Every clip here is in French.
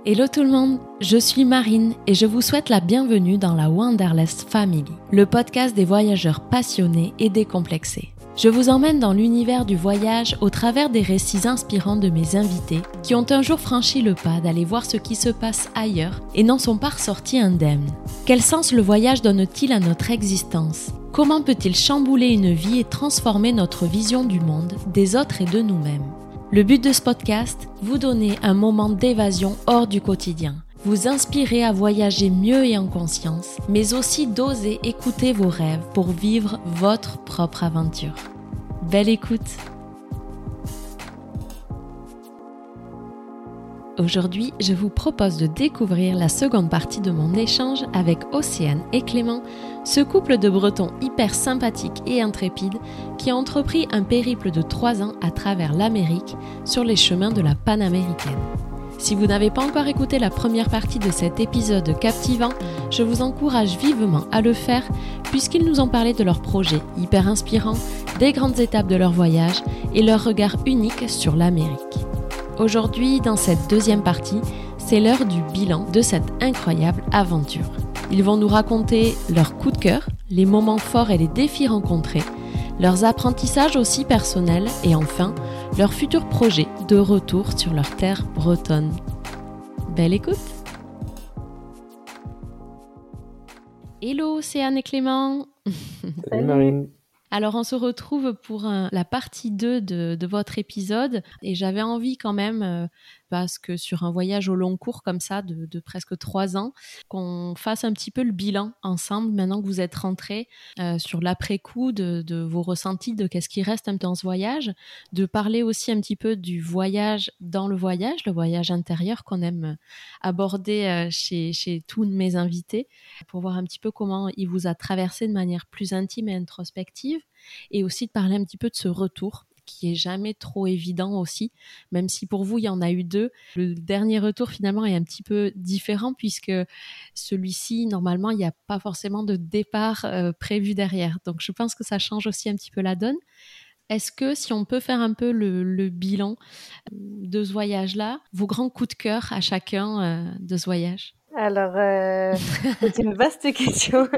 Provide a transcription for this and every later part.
Hello tout le monde, je suis Marine et je vous souhaite la bienvenue dans la Wanderlust Family, le podcast des voyageurs passionnés et décomplexés. Je vous emmène dans l'univers du voyage au travers des récits inspirants de mes invités qui ont un jour franchi le pas d'aller voir ce qui se passe ailleurs et n'en sont pas ressortis indemnes. Quel sens le voyage donne-t-il à notre existence ? Comment peut-il chambouler une vie et transformer notre vision du monde, des autres et de nous-mêmes ? Le but de ce podcast, vous donner un moment d'évasion hors du quotidien, vous inspirer à voyager mieux et en conscience, mais aussi d'oser écouter vos rêves pour vivre votre propre aventure. Belle écoute! Aujourd'hui, je vous propose de découvrir la seconde partie de mon échange avec Océane et Clément, ce couple de Bretons hyper sympathiques et intrépides qui a entrepris un périple de 3 ans à travers l'Amérique sur les chemins de la Panaméricaine. Si vous n'avez pas encore écouté la première partie de cet épisode captivant, je vous encourage vivement à le faire puisqu'ils nous ont parlé de leur projet hyper inspirant, des grandes étapes de leur voyage et leur regard unique sur l'Amérique. Aujourd'hui, dans cette deuxième partie, c'est l'heure du bilan de cette incroyable aventure. Ils vont nous raconter leurs coups de cœur, les moments forts et les défis rencontrés, leurs apprentissages aussi personnels et enfin, leurs futurs projets de retour sur leur terre bretonne. Belle écoute! Hello Océane et Clément! Salut Marine! Alors on se retrouve pour la partie 2 de votre épisode et j'avais envie quand même, parce que sur un voyage au long cours comme ça de presque 3 ans, qu'on fasse un petit peu le bilan ensemble maintenant que vous êtes rentrés sur l'après-coup de vos ressentis, de qu'est-ce qui reste un peu dans ce voyage, de parler aussi un petit peu du voyage dans le voyage intérieur qu'on aime aborder chez tous mes invités pour voir un petit peu comment il vous a traversé de manière plus intime et introspective. Et aussi de parler un petit peu de ce retour qui est jamais trop évident aussi, même si pour vous il y en a eu 2. Le dernier retour finalement est un petit peu différent puisque celui-ci normalement il n'y a pas forcément de départ prévu derrière. Donc je pense que ça change aussi un petit peu la donne. Est-ce que si on peut faire un peu le bilan de ce voyage-là, vos grands coups de cœur à chacun de ce voyage? Alors, c'est une vaste question.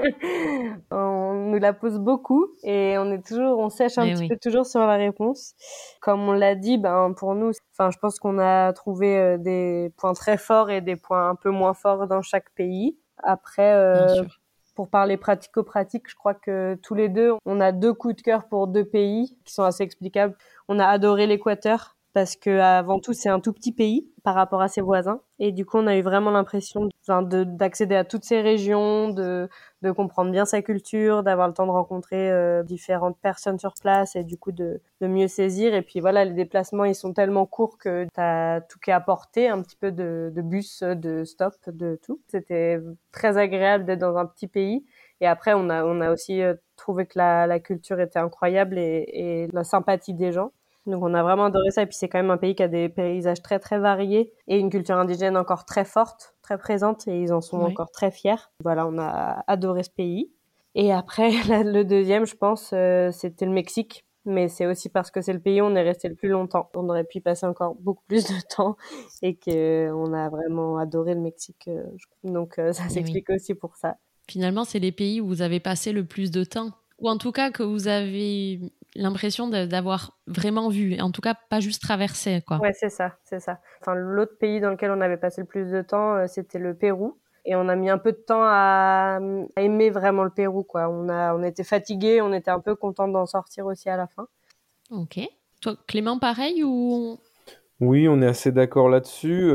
On nous la pose beaucoup et on sèche un petit peu toujours sur la réponse. Comme on l'a dit, pour nous, je pense qu'on a trouvé des points très forts et des points un peu moins forts dans chaque pays. Après, pour parler pratico-pratique, je crois que tous les deux, on a 2 coups de cœur pour 2 pays qui sont assez explicables. On a adoré l'Équateur parce que avant tout, c'est un tout petit pays par rapport à ses voisins. Et du coup, on a eu vraiment l'impression d'accéder à toutes ces régions, de comprendre bien sa culture, d'avoir le temps de rencontrer différentes personnes sur place et du coup de mieux saisir. Et puis voilà, les déplacements, ils sont tellement courts que t'as tout qui est à portée, un petit peu de bus, de stop, de tout. C'était très agréable d'être dans un petit pays. Et après, on a aussi trouvé que la culture était incroyable et la sympathie des gens. Donc on a vraiment adoré ça et puis c'est quand même un pays qui a des paysages très très variés et une culture indigène encore très forte, très présente et ils en sont encore très fiers. Voilà, on a adoré ce pays. Et après le deuxième, je pense, c'était le Mexique, mais c'est aussi parce que c'est le pays où on est resté le plus longtemps. On aurait pu y passer encore beaucoup plus de temps et que on a vraiment adoré le Mexique. Donc ça s'explique aussi pour ça. Finalement, c'est les pays où vous avez passé le plus de temps, ou en tout cas que vous avez l'impression d'avoir vraiment vu, en tout cas pas juste traversé, quoi. Ouais, c'est ça. Enfin, l'autre pays dans lequel on avait passé le plus de temps, c'était le Pérou. Et on a mis un peu de temps à aimer vraiment le Pérou, quoi. On était fatigués, on était un peu contents d'en sortir aussi à la fin. Ok. Toi, Clément, pareil ou... Oui, on est assez d'accord là-dessus.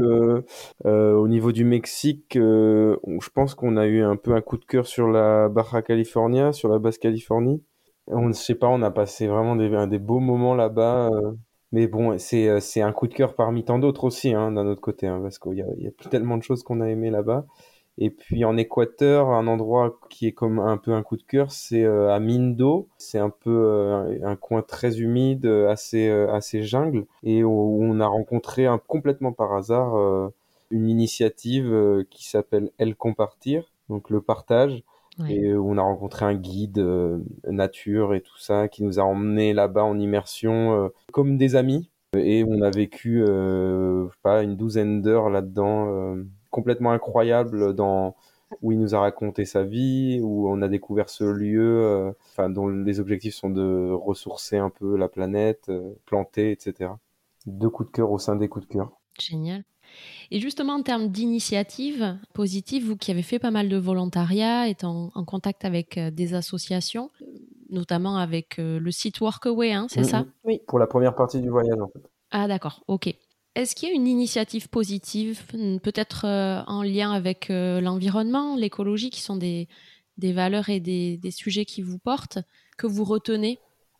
Au niveau du Mexique, je pense qu'on a eu un peu un coup de cœur sur la Baja California, sur la Basse-Californie. On ne sait pas, on a passé vraiment des beaux moments là-bas. Mais bon, c'est un coup de cœur parmi tant d'autres aussi, hein, d'un autre côté, hein, parce qu'il y a plus tellement de choses qu'on a aimé là-bas. Et puis en Équateur, un endroit qui est comme un peu un coup de cœur, c'est à Mindo. C'est un peu un coin très humide, assez jungle, et où on a rencontré complètement par hasard une initiative qui s'appelle El Compartir, donc le partage. Ouais. Et où on a rencontré un guide nature et tout ça qui nous a emmenés là-bas en immersion comme des amis. Et on a vécu, je sais pas, une douzaine d'heures là-dedans, complètement incroyable, où il nous a raconté sa vie, où on a découvert ce lieu, dont les objectifs sont de ressourcer un peu la planète, planter, etc. 2 coups de cœur au sein des coups de cœur. Génial. Et justement, en termes d'initiatives positives, vous qui avez fait pas mal de volontariat, étant en contact avec des associations, notamment avec le site Workaway, c'est ça ? Oui. Pour la première partie du voyage, en fait. Ah d'accord, ok. Est-ce qu'il y a une initiative positive, peut-être en lien avec l'environnement, l'écologie, qui sont des valeurs et des sujets qui vous portent, que vous retenez ?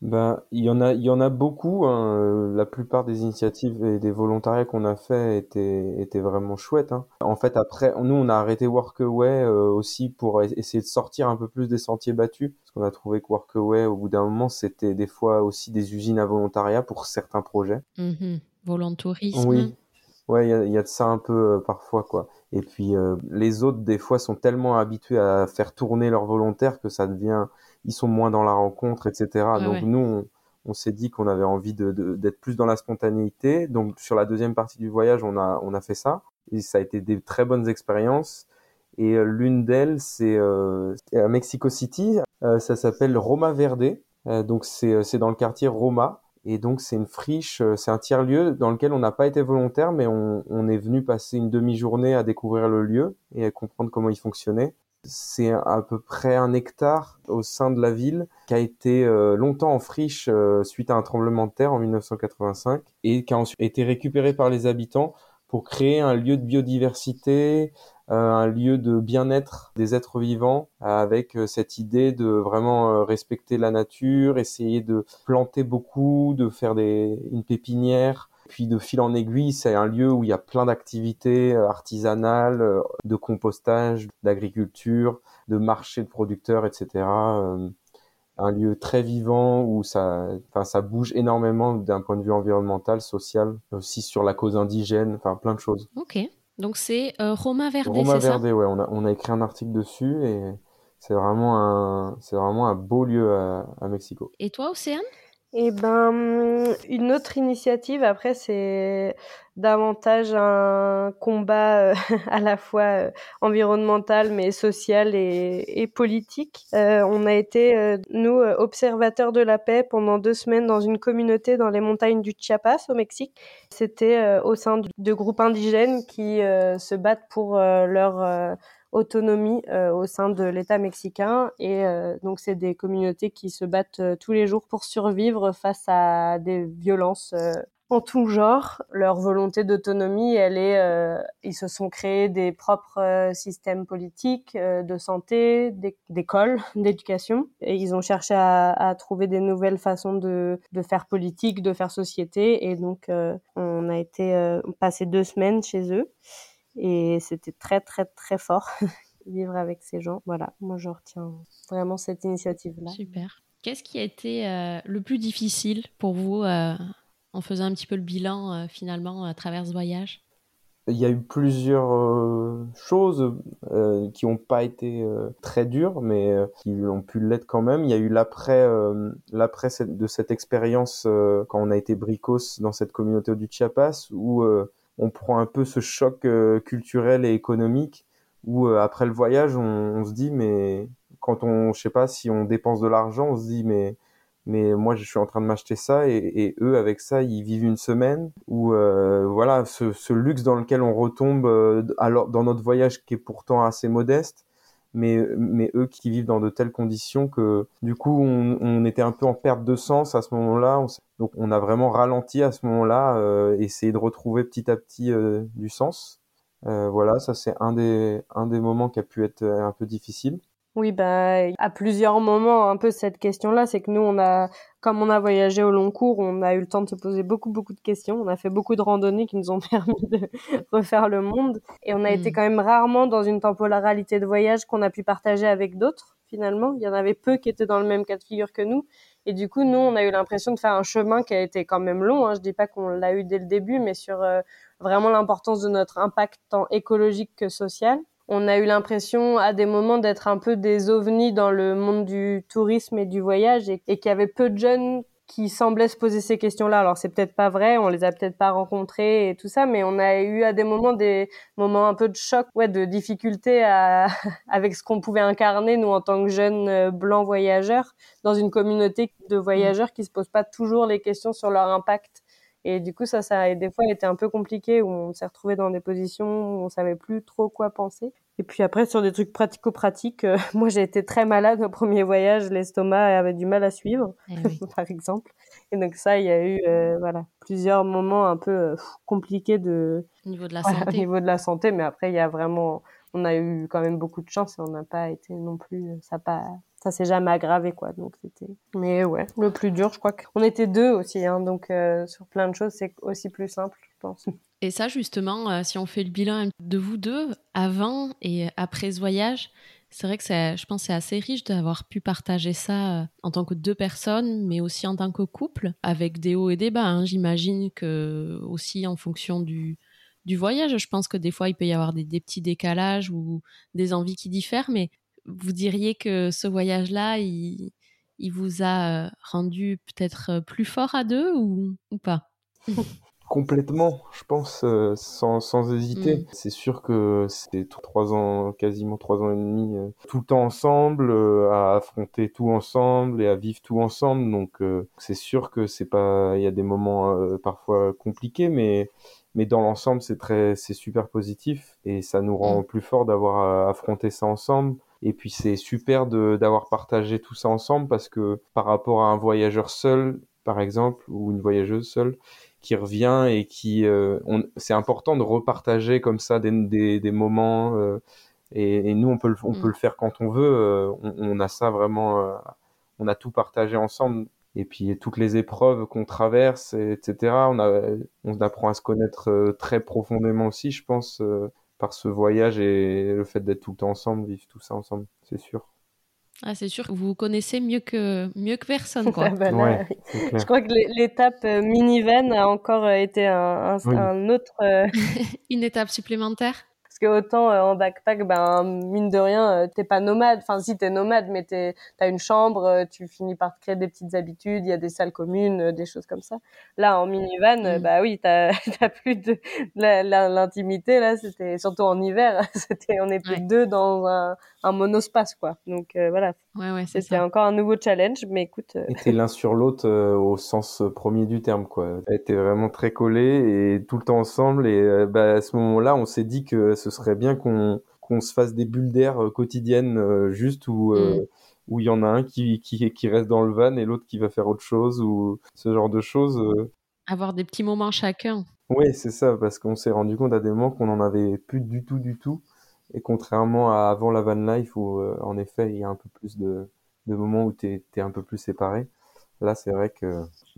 Il y en a beaucoup, hein. La plupart des initiatives et des volontariats qu'on a fait étaient vraiment chouettes, hein. En fait, après, nous, on a arrêté Workaway aussi pour essayer de sortir un peu plus des sentiers battus, parce qu'on a trouvé que Workaway, au bout d'un moment, c'était des fois aussi des usines à volontariat pour certains projets. Volontourisme. Oui. Ouais, il y a de ça un peu parfois, quoi. Et puis les autres, des fois, sont tellement habitués à faire tourner leurs volontaires que ça devient, ils sont moins dans la rencontre, etc. Ouais, Donc ouais. nous, on s'est dit qu'on avait envie d'être plus dans la spontanéité. Donc sur la deuxième partie du voyage, on a fait ça. Et ça a été des très bonnes expériences. Et l'une d'elles, c'est à Mexico City. Ça s'appelle Roma Verde. Donc c'est dans le quartier Roma. Et donc c'est une friche, c'est un tiers-lieu dans lequel on n'a pas été volontaire, mais on est venu passer une demi-journée à découvrir le lieu et à comprendre comment il fonctionnait. C'est à peu près 1 hectare au sein de la ville qui a été longtemps en friche suite à un tremblement de terre en 1985 et qui a ensuite été récupéré par les habitants pour créer un lieu de biodiversité, un lieu de bien-être des êtres vivants, avec cette idée de vraiment respecter la nature, essayer de planter beaucoup, de faire une pépinière. Puis de fil en aiguille, c'est un lieu où il y a plein d'activités artisanales, de compostage, d'agriculture, de marché de producteurs, etc. Un lieu très vivant où ça bouge énormément d'un point de vue environnemental, social, aussi sur la cause indigène, enfin plein de choses. Ok. Donc c'est Roma Verde, Roma c'est ça ? Verde, ouais, on a écrit un article dessus et c'est vraiment un beau lieu à Mexico. Et toi, Océane ? Eh ben, une autre initiative, après, c'est davantage un combat à la fois environnemental, mais social et politique. On a été, nous, observateurs de la paix pendant 2 semaines dans une communauté dans les montagnes du Chiapas, au Mexique. C'était au sein de groupes indigènes qui se battent pour leur autonomie au sein de l'État mexicain et donc c'est des communautés qui se battent tous les jours pour survivre face à des violences en tout genre. Leur volonté d'autonomie, ils se sont créés des propres systèmes politiques, de santé, d'école, d'éducation et ils ont cherché à trouver des nouvelles façons de faire politique, de faire société et donc on a été passer 2 semaines chez eux. Et c'était très, très, très fort vivre avec ces gens. Voilà, moi, je retiens vraiment cette initiative-là. Super. Qu'est-ce qui a été le plus difficile pour vous en faisant un petit peu le bilan finalement à travers ce voyage ? Il y a eu plusieurs choses qui n'ont pas été très dures, mais qui ont pu l'être quand même. Il y a eu l'après de cette expérience quand on a été bricos dans cette communauté du Chiapas, où on prend un peu ce choc culturel et économique, où après le voyage, on se dit, mais je sais pas, si on dépense de l'argent, on se dit, mais moi je suis en train de m'acheter ça et eux avec ça ils vivent une semaine ou voilà ce luxe dans lequel on retombe alors dans notre voyage qui est pourtant assez modeste mais eux qui vivent dans de telles conditions que du coup on était un peu en perte de sens à ce moment-là, donc on a vraiment ralenti à ce moment-là, essayé de retrouver petit à petit du sens. Voilà, ça c'est un des moments qui a pu être un peu difficile. Oui, à plusieurs moments, un peu cette question-là, c'est que nous, comme on a voyagé au long cours, on a eu le temps de se poser beaucoup, beaucoup de questions. On a fait beaucoup de randonnées qui nous ont permis de refaire le monde. Et on a été quand même rarement dans une temporalité de voyage qu'on a pu partager avec d'autres, finalement. Il y en avait peu qui étaient dans le même cas de figure que nous. Et du coup, nous, on a eu l'impression de faire un chemin qui a été quand même long, hein. Je dis pas qu'on l'a eu dès le début, mais sur vraiment l'importance de notre impact tant écologique que social. On a eu l'impression à des moments d'être un peu des ovnis dans le monde du tourisme et du voyage et qu'il y avait peu de jeunes qui semblaient se poser ces questions-là. Alors c'est peut-être pas vrai, on les a peut-être pas rencontrés et tout ça, mais on a eu à des moments un peu de choc, de difficulté avec ce qu'on pouvait incarner nous en tant que jeunes blancs voyageurs dans une communauté de voyageurs qui se posent pas toujours les questions sur leur impact. Et du coup, ça a des fois été un peu compliqué, où on s'est retrouvé dans des positions où on savait plus trop quoi penser. Et puis après, sur des trucs pratico-pratiques, moi j'ai été très malade au premier voyage, l'estomac avait du mal à suivre, par exemple. Et donc ça, il y a eu plusieurs moments un peu compliqués au niveau de la santé. Au niveau de la santé, mais après, on a eu quand même beaucoup de chance et on n'a pas été non plus, ça s'est jamais aggravé, quoi. Donc mais ouais, le plus dur, je crois qu'on était 2 aussi, hein, donc sur plein de choses, c'est aussi plus simple, je pense. Et ça, justement, si on fait le bilan de vous deux, avant et après ce voyage, c'est vrai que je pense que c'est assez riche d'avoir pu partager ça en tant que 2 personnes, mais aussi en tant que couple, avec des hauts et des bas. Hein. J'imagine que aussi en fonction du voyage, je pense que des fois, il peut y avoir des petits décalages ou des envies qui diffèrent, mais vous diriez que ce voyage-là, il vous a rendu peut-être plus fort à 2 ou pas? Complètement, je pense, sans hésiter. C'est sûr que c'était 3 ans, quasiment 3 ans et demi, tout le temps ensemble, à affronter tout ensemble et à vivre tout ensemble. Donc, c'est sûr que il y a des moments parfois compliqués, mais dans l'ensemble, c'est super positif et ça nous rend plus forts d'avoir affronté ça ensemble. Et puis c'est super d'avoir partagé tout ça ensemble parce que par rapport à un voyageur seul, par exemple, ou une voyageuse seule, qui revient et c'est important de repartager comme ça des moments et nous on peut le faire quand on veut. On a ça vraiment, on a tout partagé ensemble et puis toutes les épreuves qu'on traverse, etc. On apprend à se connaître très profondément aussi, je pense, par ce voyage et le fait d'être tout le temps ensemble, vivre tout ça ensemble, c'est sûr. Ah, c'est sûr que vous vous connaissez mieux que personne, quoi. Ouais, c'est clair. Je crois que l'étape minivan a encore été un autre... Une étape supplémentaire. Parce que autant en backpack, mine de rien, t'es pas nomade. Enfin, si t'es nomade, mais t'as une chambre, tu finis par te créer des petites habitudes, il y a des salles communes, des choses comme ça. Là, en minivan, oui, t'as plus de l'intimité. Là, c'était surtout en hiver. On était 2 dans un monospace, quoi. Donc voilà. Ouais, c'était encore un nouveau challenge, mais écoute. Était l'un sur l'autre au sens premier du terme, quoi. On était vraiment très collés et tout le temps ensemble. Et à ce moment-là, on s'est dit que ce serait bien qu'on se fasse des bulles d'air quotidiennes, juste où il y en a un qui reste dans le van et l'autre qui va faire autre chose ou ce genre de choses. Avoir des petits moments chacun. Oui, c'est ça, parce qu'on s'est rendu compte à des moments qu'on n'en avait plus du tout. Et contrairement à avant la van life où en effet il y a un peu plus de moments où t'es un peu plus séparé. Là, c'est vrai que...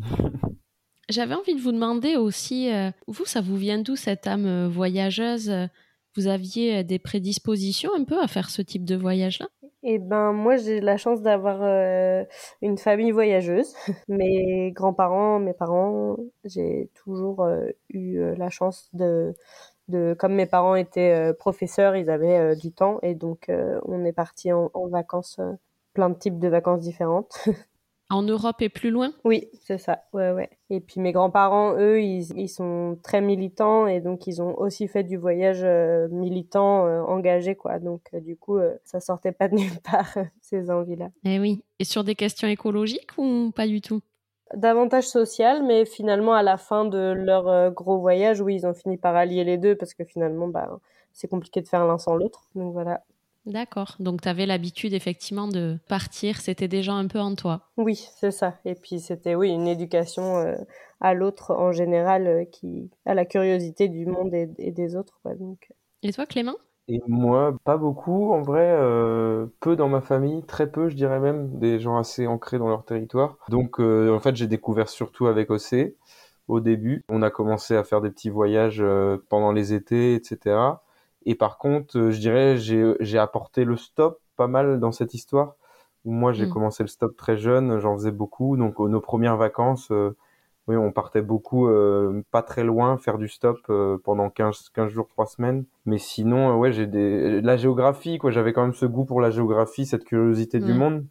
J'avais envie de vous demander aussi, vous, ça vous vient d'où cette âme voyageuse? Vous aviez des prédispositions un peu à faire ce type de voyage-là? Eh ben, moi, j'ai la chance d'avoir une famille voyageuse. Mes grands-parents, mes parents, j'ai toujours eu la chance comme mes parents étaient professeurs, ils avaient du temps et donc on est partis en vacances, plein de types de vacances différentes. En Europe et plus loin? Oui, c'est ça. Ouais. Et puis mes grands-parents, eux, ils sont très militants et donc ils ont aussi fait du voyage militant engagé, quoi. Donc du coup, ça sortait pas de nulle part ces envies-là. Eh oui. Et sur des questions écologiques ou pas du tout? Davantage social, mais finalement à la fin de leur gros voyage, oui, ils ont fini par allier les deux parce que finalement, c'est compliqué de faire l'un sans l'autre. Donc voilà. D'accord. Donc, tu avais l'habitude, effectivement, de partir. C'était déjà un peu en toi. Oui, c'est ça. Et puis, c'était, oui, une éducation à l'autre en général qui a la curiosité du monde et des autres, quoi. Donc... Et toi, Clément? Et moi, pas beaucoup, en vrai, peu dans ma famille, très peu, je dirais même, des gens assez ancrés dans leur territoire. Donc, en fait, j'ai découvert surtout avec OC, au début. On a commencé à faire des petits voyages pendant les étés, etc. Et par contre, je dirais, j'ai apporté le stop pas mal dans cette histoire. Moi, j'ai commencé le stop très jeune, j'en faisais beaucoup. Donc, nos premières vacances, oui, on partait beaucoup, pas très loin, faire du stop pendant 15 jours, 3 semaines. Mais sinon, ouais, la géographie, quoi. J'avais quand même ce goût pour la géographie, cette curiosité du monde.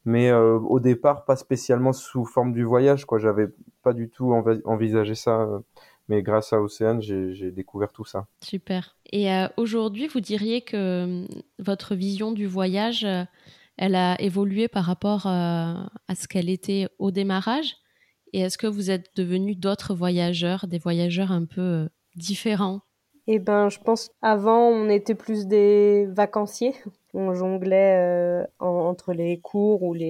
mais au départ pas spécialement sous forme du voyage, quoi. J'avais pas du tout envisagé ça, mais grâce à Océane, j'ai découvert tout ça. Super. Et aujourd'hui, vous diriez que votre vision du voyage, elle a évolué par rapport à ce qu'elle était au démarrage? Et est-ce que vous êtes devenus d'autres voyageurs, des voyageurs un peu différents? Eh ben, je pense avant on était plus des vacanciers. On jonglait entre les cours ou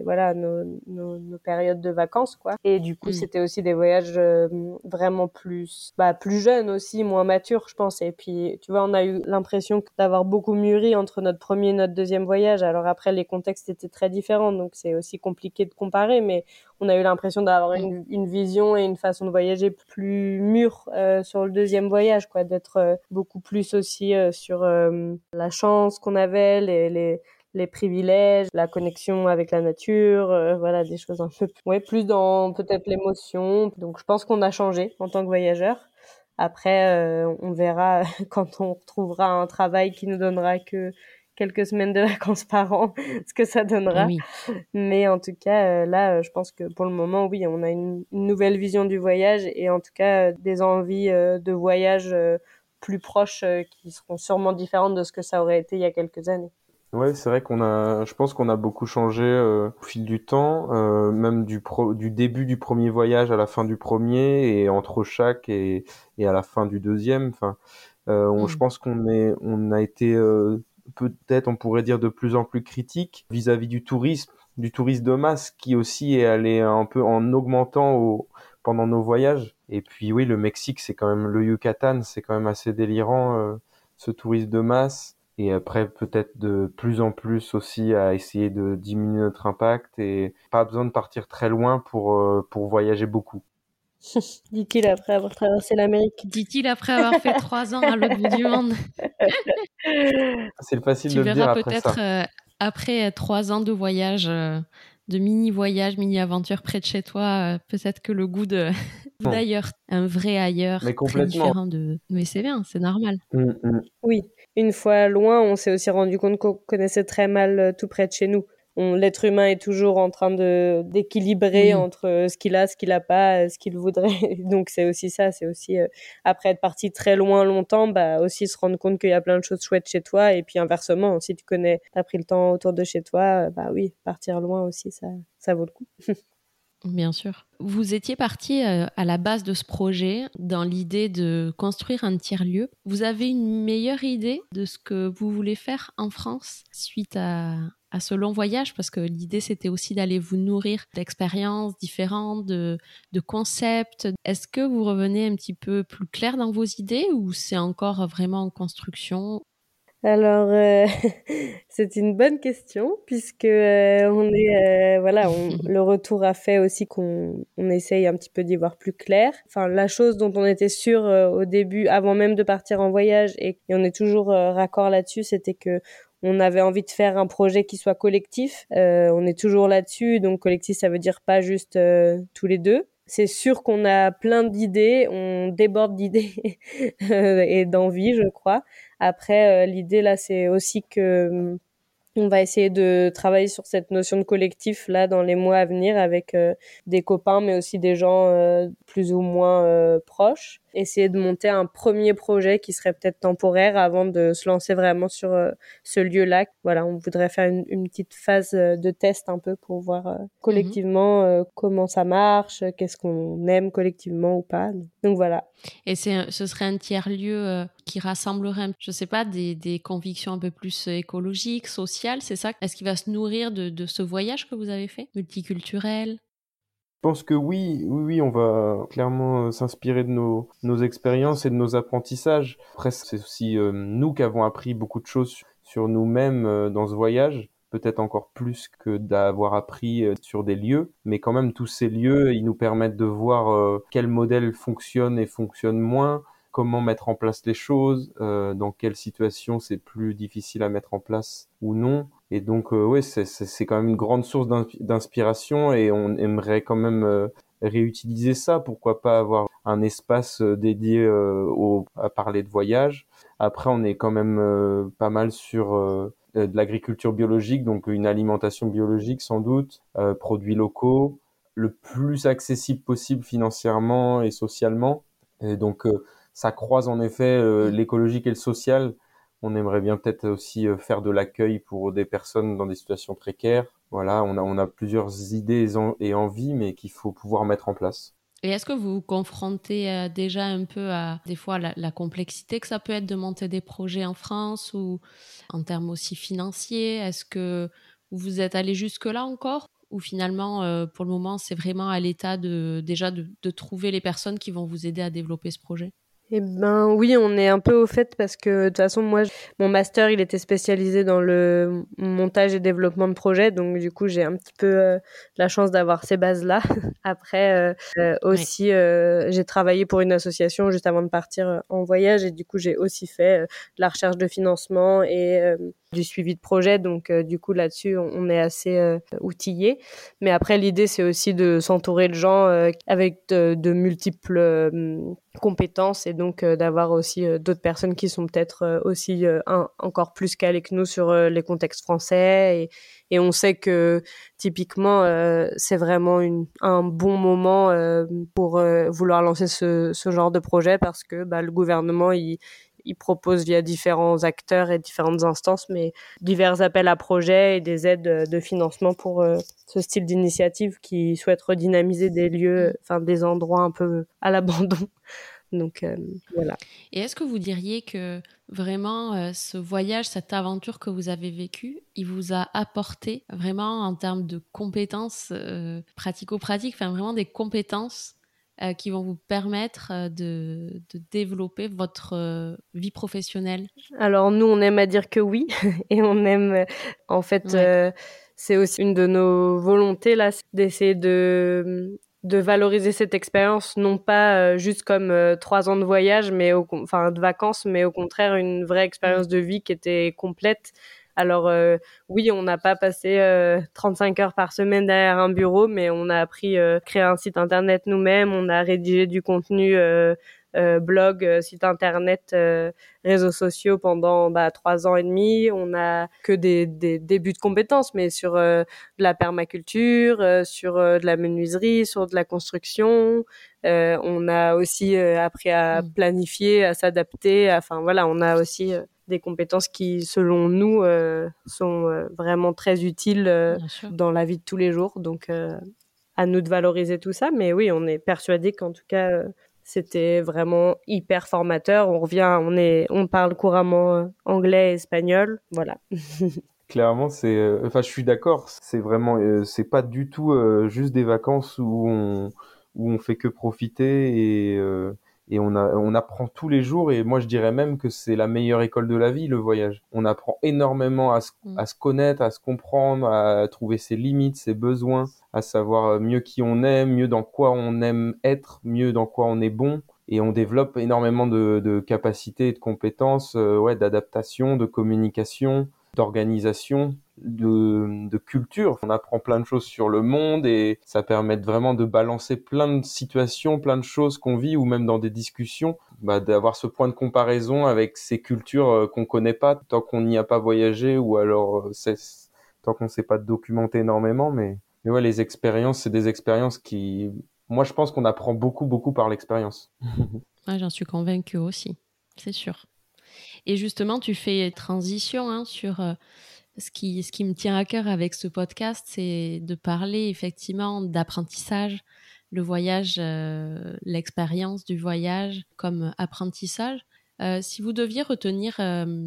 nos périodes de vacances, quoi. Et du coup, c'était aussi des voyages vraiment plus jeunes aussi, moins matures, je pense. Et puis, tu vois, on a eu l'impression d'avoir beaucoup mûri entre notre premier et notre deuxième voyage. Alors après, les contextes étaient très différents, donc c'est aussi compliqué de comparer, mais on a eu l'impression d'avoir une vision et une façon de voyager plus mûre sur le deuxième voyage, quoi, d'être beaucoup plus aussi sur la chance qu'on avait, les privilèges, la connexion avec la nature, voilà, des choses un peu plus dans peut-être l'émotion. Donc je pense qu'on a changé en tant que voyageur. Après, on verra quand on retrouvera un travail qui nous donnera que quelques semaines de vacances par an, ce que ça donnera. Oui. Mais en tout cas, là, je pense que pour le moment, oui, on a une nouvelle vision du voyage et en tout cas des envies de voyage plus proches qui seront sûrement différentes de ce que ça aurait été il y a quelques années. Ouais, c'est vrai je pense qu'on a beaucoup changé au fil du temps, même du début du premier voyage à la fin du premier et entre chaque et à la fin du deuxième. Enfin, je pense on a été peut-être, on pourrait dire, de plus en plus critique vis-à-vis du tourisme de masse qui aussi est allé un peu en augmentant pendant nos voyages. Et puis oui, le Mexique, c'est quand même le Yucatan, c'est quand même assez délirant ce tourisme de masse. Et après, peut-être de plus en plus aussi à essayer de diminuer notre impact et pas besoin de partir très loin pour voyager beaucoup. Dit-il après avoir traversé l'Amérique. Dit-il après avoir fait 3 ans à l'autre bout du monde. C'est facile Tu de le dire verras après peut-être ça. après 3 ans de voyage, de mini-voyage, mini-aventure près de chez toi, peut-être que le goût d'ailleurs, un vrai ailleurs, Mais très complètement. différent de... Mais c'est bien, c'est normal. Oui, une fois loin, on s'est aussi rendu compte qu'on connaissait très mal tout près de chez nous. L'être humain est toujours en train d'équilibrer entre ce qu'il a, ce qu'il a pas, ce qu'il voudrait. Donc c'est aussi ça, c'est aussi après être parti très loin longtemps, bah aussi se rendre compte qu'il y a plein de choses chouettes chez toi et puis inversement, si tu t'as pris le temps autour de chez toi, bah oui, partir loin aussi ça vaut le coup. Bien sûr. Vous étiez parti à la base de ce projet dans l'idée de construire un tiers-lieu. Vous avez une meilleure idée de ce que vous voulez faire en France suite à ce long voyage? Parce que l'idée, c'était aussi d'aller vous nourrir d'expériences différentes, de concepts. Est-ce que vous revenez un petit peu plus clair dans vos idées ou c'est encore vraiment en construction? Alors, c'est une bonne question puisque le retour a fait aussi qu'on essaye un petit peu d'y voir plus clair. Enfin, la chose dont on était sûr au début, avant même de partir en voyage, et on est toujours raccord là-dessus, c'était que on avait envie de faire un projet qui soit collectif. On est toujours là-dessus, donc collectif, ça veut dire pas juste tous les deux. C'est sûr qu'on a plein d'idées, on déborde d'idées et d'envie, je crois. Après, l'idée là, c'est aussi que on va essayer de travailler sur cette notion de collectif là dans les mois à venir avec des copains, mais aussi des gens plus ou moins proches. Essayer de monter un premier projet qui serait peut-être temporaire avant de se lancer vraiment sur ce lieu-là. Voilà, on voudrait faire une petite phase de test un peu pour voir collectivement comment ça marche, qu'est-ce qu'on aime collectivement ou pas. Donc voilà. Et ce serait un tiers-lieu qui rassemblerait, je sais pas, des convictions un peu plus écologiques, sociales, c'est ça? Est-ce qu'il va se nourrir de ce voyage que vous avez fait, multiculturel? Je pense que oui, on va clairement s'inspirer de nos expériences et de nos apprentissages. Après, c'est aussi nous qui avons appris beaucoup de choses sur nous-mêmes dans ce voyage, peut-être encore plus que d'avoir appris sur des lieux, mais quand même tous ces lieux, ils nous permettent de voir quel modèle fonctionne et fonctionne moins, comment mettre en place les choses, dans quelles situations c'est plus difficile à mettre en place ou non. Et donc, ouais, c'est quand même une grande source d'inspiration et on aimerait quand même réutiliser ça. Pourquoi pas avoir un espace dédié à parler de voyage. Après, on est quand même pas mal sur de l'agriculture biologique, donc une alimentation biologique sans doute, produits locaux, le plus accessible possible financièrement et socialement. Et donc ça croise en effet l'écologique et le social. On aimerait bien peut-être aussi faire de l'accueil pour des personnes dans des situations précaires. Voilà, on a plusieurs idées et envies, mais qu'il faut pouvoir mettre en place. Et est-ce que vous vous confrontez déjà un peu à des fois la complexité que ça peut être de monter des projets en France ou en termes aussi financiers? Est-ce que vous êtes allé jusque-là encore? Ou finalement, pour le moment, c'est vraiment à l'état de trouver les personnes qui vont vous aider à développer ce projet? Eh ben oui, on est un peu au fait parce que de toute façon, moi, mon master, il était spécialisé dans le montage et développement de projets. Donc du coup, j'ai un petit peu la chance d'avoir ces bases-là. Après, aussi, j'ai travaillé pour une association juste avant de partir en voyage et du coup, j'ai aussi fait de la recherche de financement et du suivi de projet. Donc du coup, là-dessus, on est assez outillé. Mais après, l'idée, c'est aussi de s'entourer de gens avec de multiples compétences et donc d'avoir aussi d'autres personnes qui sont peut-être aussi encore plus calées que nous sur les contextes français et on sait que typiquement c'est vraiment un bon moment pour vouloir lancer ce genre de projet parce que le gouvernement il propose via différents acteurs et différentes instances, mais divers appels à projets et des aides de financement pour ce style d'initiative qui souhaite redynamiser des lieux, enfin des endroits un peu à l'abandon. Donc voilà. Et est-ce que vous diriez que vraiment ce voyage, cette aventure que vous avez vécue, il vous a apporté vraiment en termes de compétences pratico-pratiques, enfin vraiment des compétences qui vont vous permettre de développer votre vie professionnelle? Alors nous, on aime à dire que oui et on aime en fait c'est aussi une de nos volontés là, c'est d'essayer de valoriser cette expérience, non pas juste comme 3 ans de voyage, mais enfin de vacances, mais au contraire une vraie expérience de vie qui était complète. Alors oui, on n'a pas passé 35 heures par semaine derrière un bureau, mais on a appris à créer un site internet nous-mêmes, on a rédigé du contenu blog, site internet, réseaux sociaux pendant 3 ans et demi. On a que des débuts de compétences, mais sur de la permaculture, sur de la menuiserie, sur de la construction. On a aussi appris à planifier, à s'adapter. Enfin voilà, on a aussi des compétences qui, selon nous, sont vraiment très utiles dans la vie de tous les jours. Donc, à nous de valoriser tout ça. Mais oui, on est persuadés qu'en tout cas, c'était vraiment hyper formateur. On parle couramment anglais et espagnol. Voilà. Clairement, enfin, je suis d'accord. C'est vraiment, c'est pas du tout juste des vacances où on fait que profiter et on apprend tous les jours. Et moi, je dirais même que c'est la meilleure école de la vie, le voyage. On apprend énormément à se connaître, à se comprendre, à trouver ses limites, ses besoins, à savoir mieux qui on est, mieux dans quoi on aime être, mieux dans quoi on est bon. Et on développe énormément de capacités et de compétences, d'adaptation, de communication, d'organisation, de culture. On apprend plein de choses sur le monde et ça permet vraiment de balancer plein de situations, plein de choses qu'on vit ou même dans des discussions, d'avoir ce point de comparaison avec ces cultures qu'on connaît pas tant qu'on n'y a pas voyagé ou alors tant qu'on s'est pas documenté énormément. Mais ouais, les expériences, c'est des expériences qui... Moi, je pense qu'on apprend beaucoup, beaucoup par l'expérience. Ouais, j'en suis convaincue aussi, c'est sûr. Et justement, tu fais transition sur ce qui me tient à cœur avec ce podcast, c'est de parler effectivement d'apprentissage, le voyage, l'expérience du voyage comme apprentissage. Si vous deviez retenir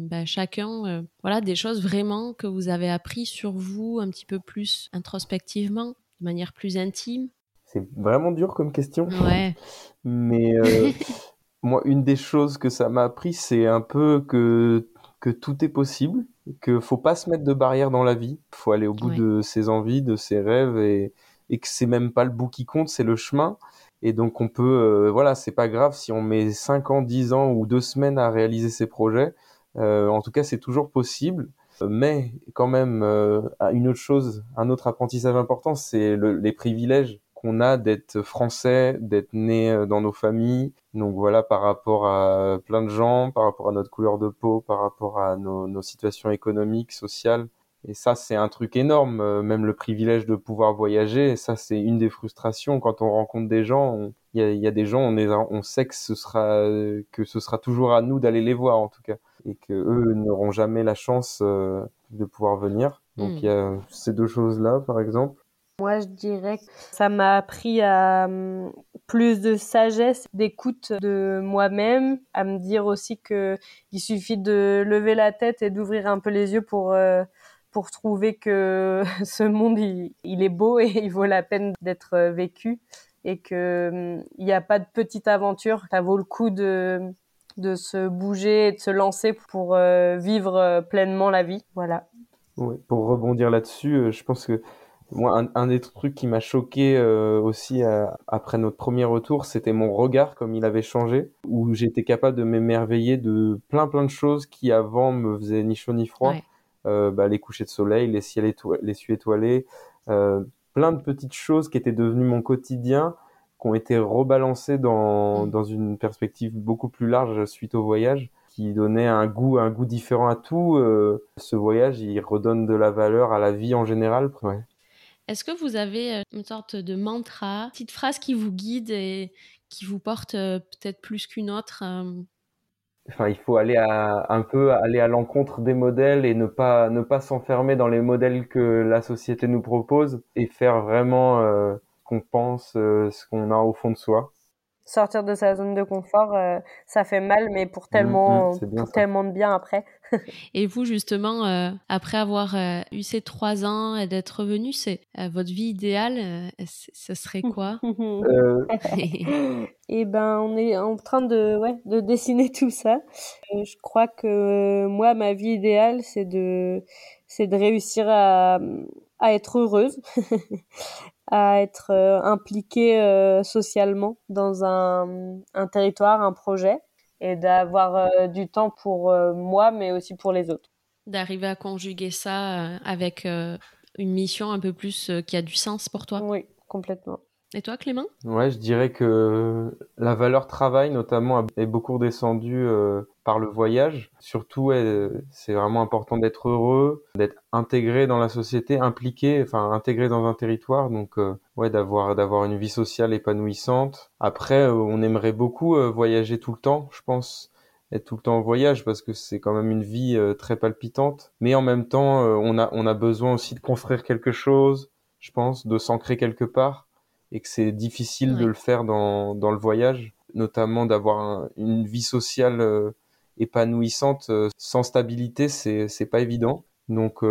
chacun des choses vraiment que vous avez appris sur vous un petit peu plus introspectivement, de manière plus intime. C'est vraiment dur comme question. Ouais. Mais moi, une des choses que ça m'a appris, c'est un peu que tout est possible, que faut pas se mettre de barrières dans la vie, faut aller au bout de ses envies, de ses rêves et que c'est même pas le bout qui compte, c'est le chemin. Et donc on peut, c'est pas grave si on met 5 ans, 10 ans ou 2 semaines à réaliser ses projets. En tout cas, c'est toujours possible. Mais quand même, une autre chose, un autre apprentissage important, c'est les privilèges qu'on a d'être français, d'être né dans nos familles. Donc voilà, par rapport à plein de gens, par rapport à notre couleur de peau, par rapport à nos situations économiques, sociales. Et ça, c'est un truc énorme, même le privilège de pouvoir voyager. Et ça, c'est une des frustrations quand on rencontre des gens. Il y a des gens, on sait que ce sera toujours à nous d'aller les voir en tout cas, et que eux n'auront jamais la chance de pouvoir venir. Donc il y a ces deux choses-là, par exemple. Moi, je dirais que ça m'a appris à plus de sagesse, d'écoute de moi-même, à me dire aussi que il suffit de lever la tête et d'ouvrir un peu les yeux pour trouver que ce monde il est beau et il vaut la peine d'être vécu, et que il n'y a pas de petite aventure, ça vaut le coup de se bouger et de se lancer pour vivre pleinement la vie. Voilà. Ouais, pour rebondir là-dessus, je pense que moi, un des trucs qui m'a choqué aussi après notre premier retour, c'était mon regard, comme il avait changé, où j'étais capable de m'émerveiller de plein de choses qui avant me faisaient ni chaud ni froid. Les couchers de soleil, les cieux étoilés, plein de petites choses qui étaient devenues mon quotidien, qui ont été rebalancées dans une perspective beaucoup plus large suite au voyage, qui donnait un goût différent à tout. Ce voyage, il redonne de la valeur à la vie en général. Ouais. Est-ce que vous avez une sorte de mantra, une petite phrase qui vous guide et qui vous porte peut-être plus qu'une autre Enfin, il faut aller un peu aller à l'encontre des modèles et ne pas s'enfermer dans les modèles que la société nous propose, et faire vraiment ce qu'on pense, ce qu'on a au fond de soi. Sortir de sa zone de confort, ça fait mal, mais pour tellement de bien après. Et vous, justement, après avoir eu ces 3 ans et d'être revenu, c'est votre vie idéale, ce serait quoi Et ben, on est en train de dessiner tout ça. Je crois que moi, ma vie idéale, c'est de réussir à être heureuse, à être impliquée socialement dans un territoire, un projet, et d'avoir du temps pour moi, mais aussi pour les autres. D'arriver à conjuguer ça avec une mission un peu plus qui a du sens pour toi. Oui, complètement. Et toi, Clément ? Ouais, je dirais que la valeur travail, notamment, est beaucoup redescendue par le voyage. Surtout, c'est vraiment important d'être heureux, d'être intégré dans la société, impliqué, enfin intégré dans un territoire. Donc, d'avoir une vie sociale épanouissante. Après, on aimerait beaucoup voyager tout le temps, je pense. Être tout le temps en voyage, parce que c'est quand même une vie très palpitante. Mais en même temps, on a besoin aussi de construire quelque chose, je pense, de s'ancrer quelque part, et que c'est difficile de le faire dans le voyage, notamment d'avoir une vie sociale épanouissante sans stabilité, c'est pas évident. Donc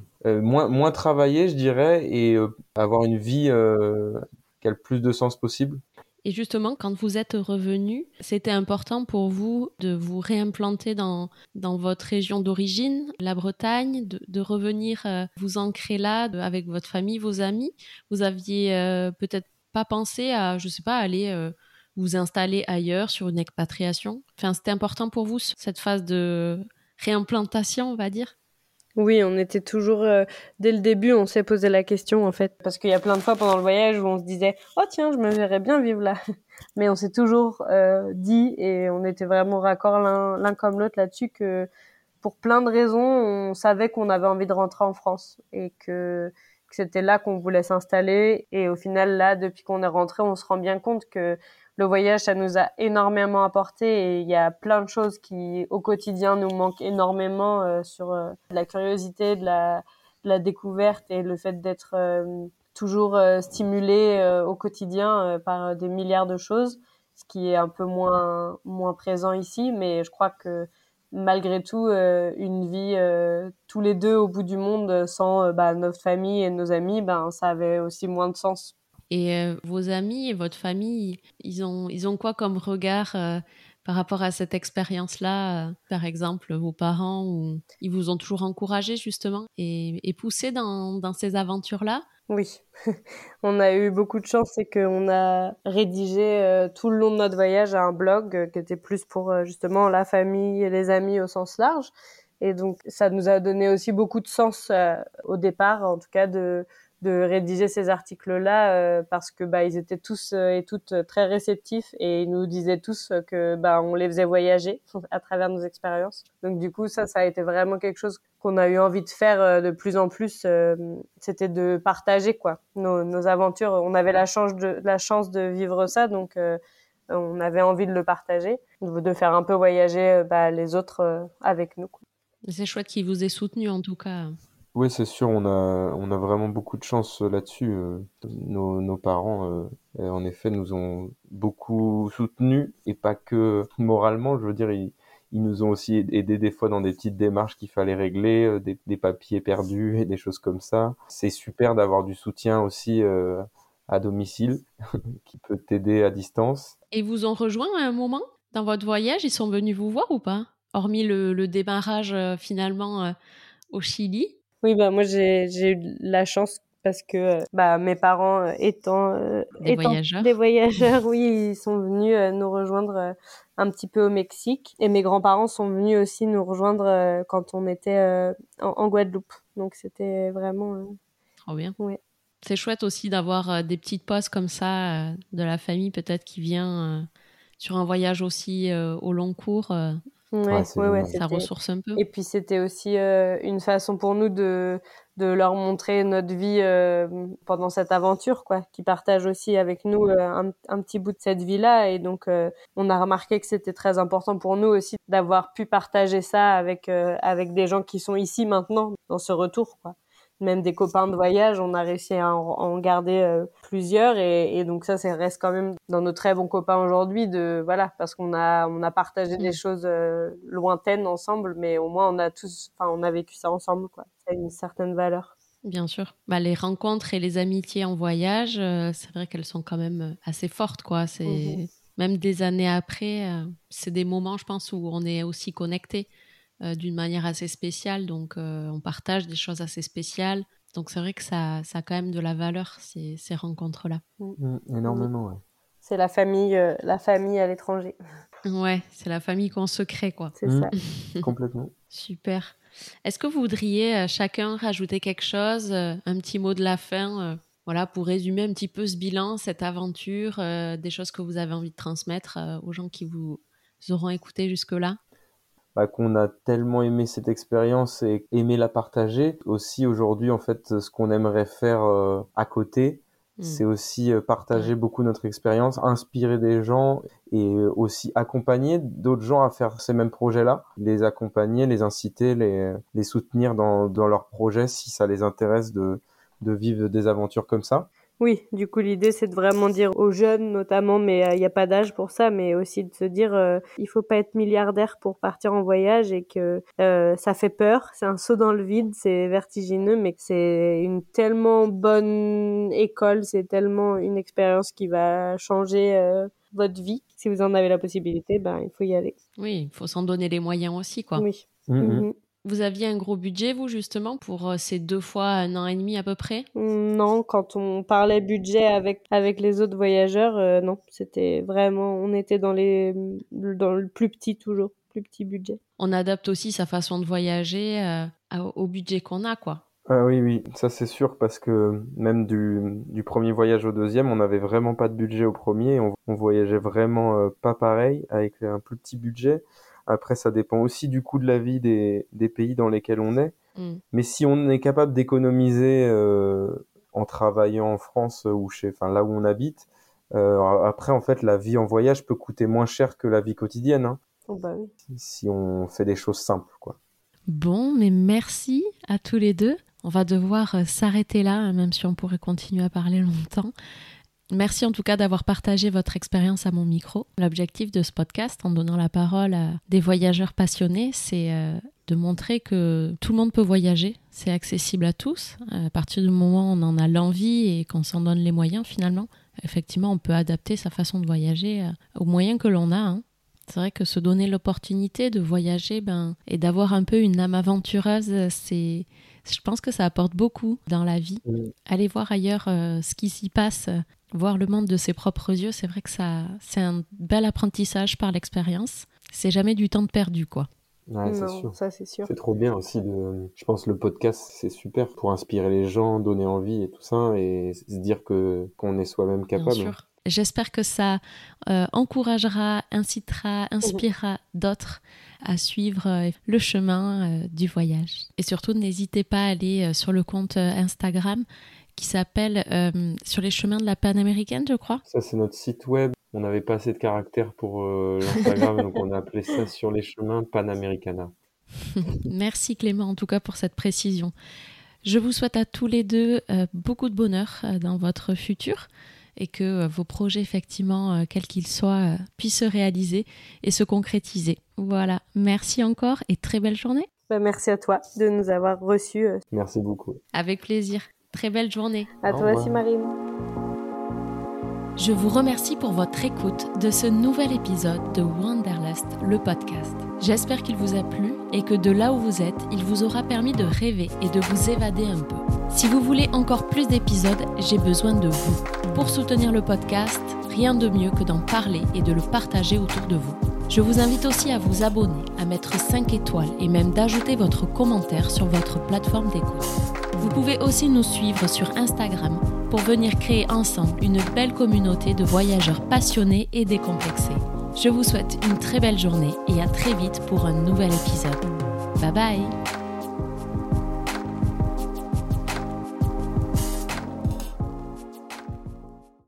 moins travailler, je dirais, et avoir une vie qui a le plus de sens possible. Et justement, quand vous êtes revenu, c'était important pour vous de vous réimplanter dans votre région d'origine, la Bretagne, de revenir vous ancrer là avec votre famille, vos amis. Vous aviez peut-être pas pensé à, je sais pas, aller vous installer ailleurs sur une expatriation. Enfin, c'était important pour vous cette phase de réimplantation, on va dire. Oui, on était toujours, dès le début, on s'est posé la question, en fait. Parce qu'il y a plein de fois pendant le voyage où on se disait « Oh tiens, je me verrais bien vivre là ». Mais on s'est toujours dit, et on était vraiment raccord l'un comme l'autre là-dessus, que pour plein de raisons, on savait qu'on avait envie de rentrer en France, et que c'était là qu'on voulait s'installer. Et au final, là, depuis qu'on est rentré, on se rend bien compte que le voyage, ça nous a énormément apporté, et il y a plein de choses qui, au quotidien, nous manquent énormément sur la curiosité, de la découverte, et le fait d'être toujours stimulé au quotidien par des milliards de choses, ce qui est un peu moins présent ici. Mais je crois que malgré tout, une vie tous les deux au bout du monde sans notre famille et nos amis, ça avait aussi moins de sens. Et vos amis et votre famille, ils ont quoi comme regard par rapport à cette expérience-là Par exemple, vos parents, ils vous ont toujours encouragé justement et poussé dans ces aventures-là? Oui, on a eu beaucoup de chance, c'est qu'on a rédigé tout le long de notre voyage un blog qui était plus pour justement la famille et les amis au sens large. Et donc, ça nous a donné aussi beaucoup de sens au départ, en tout cas, de de rédiger ces articles-là parce que ils étaient tous et toutes très réceptifs et ils nous disaient tous que on les faisait voyager à travers nos expériences. Donc du coup ça a été vraiment quelque chose qu'on a eu envie de faire de plus en plus. C'était de partager quoi nos aventures. On avait la chance de vivre ça, donc on avait envie de le partager, de faire un peu voyager les autres avec nous, quoi. C'est chouette qu'il vous ait soutenu en tout cas. Oui, c'est sûr, on a vraiment beaucoup de chance là-dessus. Nos parents, en effet, nous ont beaucoup soutenus, et pas que moralement, je veux dire, ils nous ont aussi aidés des fois dans des petites démarches qu'il fallait régler, des papiers perdus et des choses comme ça. C'est super d'avoir du soutien aussi à domicile qui peut t'aider à distance. Et ils vous ont rejoint à un moment dans votre voyage? Ils sont venus vous voir ou pas? Hormis le démarrage finalement au Chili. Oui, moi j'ai eu la chance parce que mes parents étant des voyageurs, oui, ils sont venus nous rejoindre un petit peu au Mexique, et mes grands-parents sont venus aussi nous rejoindre quand on était en Guadeloupe. Donc c'était vraiment trop bien. Ouais. C'est chouette aussi d'avoir des petites pauses comme ça de la famille peut-être qui vient sur un voyage aussi au long cours. Ouais, ça ressource un peu. Et puis c'était aussi une façon pour nous de leur montrer notre vie pendant cette aventure, quoi, qui partagent aussi avec nous un petit bout de cette vie-là. Et donc on a remarqué que c'était très important pour nous aussi d'avoir pu partager ça avec des gens qui sont ici maintenant dans ce retour, quoi. Même des copains de voyage, on a réussi à en garder plusieurs, et donc ça reste quand même dans nos très bons copains aujourd'hui, parce qu'on a partagé des choses lointaines ensemble, mais au moins on a vécu ça ensemble, quoi. Ça a une certaine valeur. Bien sûr. Les rencontres et les amitiés en voyage, c'est vrai qu'elles sont quand même assez fortes, quoi. C'est même des années après, c'est des moments, je pense, où on est aussi connectés d'une manière assez spéciale, donc on partage des choses assez spéciales. Donc c'est vrai que ça a quand même de la valeur, ces rencontres-là. Énormément, ouais. C'est la famille à l'étranger. Ouais, c'est la famille qu'on se crée, quoi. C'est ça. Complètement. Super. Est-ce que vous voudriez chacun rajouter quelque chose, un petit mot de la fin, pour résumer un petit peu ce bilan, cette aventure, des choses que vous avez envie de transmettre aux gens qui vous auront écouté jusque-là? Qu'on a tellement aimé cette expérience et aimé la partager. Aussi aujourd'hui, en fait, ce qu'on aimerait faire à côté, c'est aussi partager beaucoup notre expérience, inspirer des gens et aussi accompagner d'autres gens à faire ces mêmes projets-là, les accompagner, les inciter, les soutenir dans leurs projets si ça les intéresse de vivre des aventures comme ça. Oui, du coup, l'idée, c'est de vraiment dire aux jeunes, notamment, mais il n'y a pas d'âge pour ça, mais aussi de se dire, il faut pas être milliardaire pour partir en voyage, et que ça fait peur, c'est un saut dans le vide, c'est vertigineux, mais que c'est une tellement bonne école, c'est tellement une expérience qui va changer votre vie. Si vous en avez la possibilité, il faut y aller. Oui, il faut s'en donner les moyens aussi, quoi. Oui. Vous aviez un gros budget, vous, justement, pour ces 2 fois 1 an et demi à peu près? Non, quand on parlait budget avec les autres voyageurs, non, c'était vraiment, on était dans le plus petit, toujours, plus petit budget. On adapte aussi sa façon de voyager au budget qu'on a, quoi. Ah oui, ça c'est sûr, parce que même du premier voyage au deuxième, on n'avait vraiment pas de budget au premier, on voyageait vraiment pas pareil, avec un plus petit budget. Après, ça dépend aussi du coût de la vie des pays dans lesquels on est. Mais si on est capable d'économiser en travaillant en France ou là où on habite, après, en fait, la vie en voyage peut coûter moins cher que la vie quotidienne, hein, oui. si on fait des choses simples, quoi. Bon, mais merci à tous les deux. On va devoir s'arrêter là, même si on pourrait continuer à parler longtemps. Merci en tout cas d'avoir partagé votre expérience à mon micro. L'objectif de ce podcast, en donnant la parole à des voyageurs passionnés, c'est de montrer que tout le monde peut voyager. C'est accessible à tous. À partir du moment où on en a l'envie et qu'on s'en donne les moyens, finalement, effectivement, on peut adapter sa façon de voyager aux moyens que l'on a, hein. C'est vrai que se donner l'opportunité de voyager et d'avoir un peu une âme aventureuse, je pense que ça apporte beaucoup dans la vie. Aller voir ailleurs ce qui s'y passe, voir le monde de ses propres yeux, c'est vrai que c'est un bel apprentissage par l'expérience. C'est jamais du temps de perdu, quoi. Ouais, c'est Non, sûr. ça c'est sûr. C'est trop bien aussi je pense que le podcast, c'est super pour inspirer les gens, donner envie et tout ça, et se dire qu'on est soi-même Bien capable. sûr. J'espère que ça encouragera, incitera, inspirera d'autres à suivre le chemin du voyage. Et surtout, n'hésitez pas à aller sur le compte Instagram qui s'appelle Sur les chemins de la Panaméricaine, je crois. Ça, c'est notre site web. On n'avait pas assez de caractères pour l'Instagram, donc on a appelé ça Sur les chemins Panamericana. Merci Clément, en tout cas, pour cette précision. Je vous souhaite à tous les deux beaucoup de bonheur dans votre futur et que vos projets, effectivement, quels qu'ils soient, puissent se réaliser et se concrétiser. Voilà, merci encore et très belle journée. Merci à toi de nous avoir reçus. Merci beaucoup. Avec plaisir. Très belle journée. À toi aussi, Marine. Je vous remercie pour votre écoute de ce nouvel épisode de Wanderlust, le podcast. J'espère qu'il vous a plu et que de là où vous êtes, il vous aura permis de rêver et de vous évader un peu. Si vous voulez encore plus d'épisodes, j'ai besoin de vous. Pour soutenir le podcast, rien de mieux que d'en parler et de le partager autour de vous. Je vous invite aussi à vous abonner, à mettre 5 étoiles et même d'ajouter votre commentaire sur votre plateforme d'écoute. Vous pouvez aussi nous suivre sur Instagram pour venir créer ensemble une belle communauté de voyageurs passionnés et décomplexés. Je vous souhaite une très belle journée et à très vite pour un nouvel épisode. Bye bye!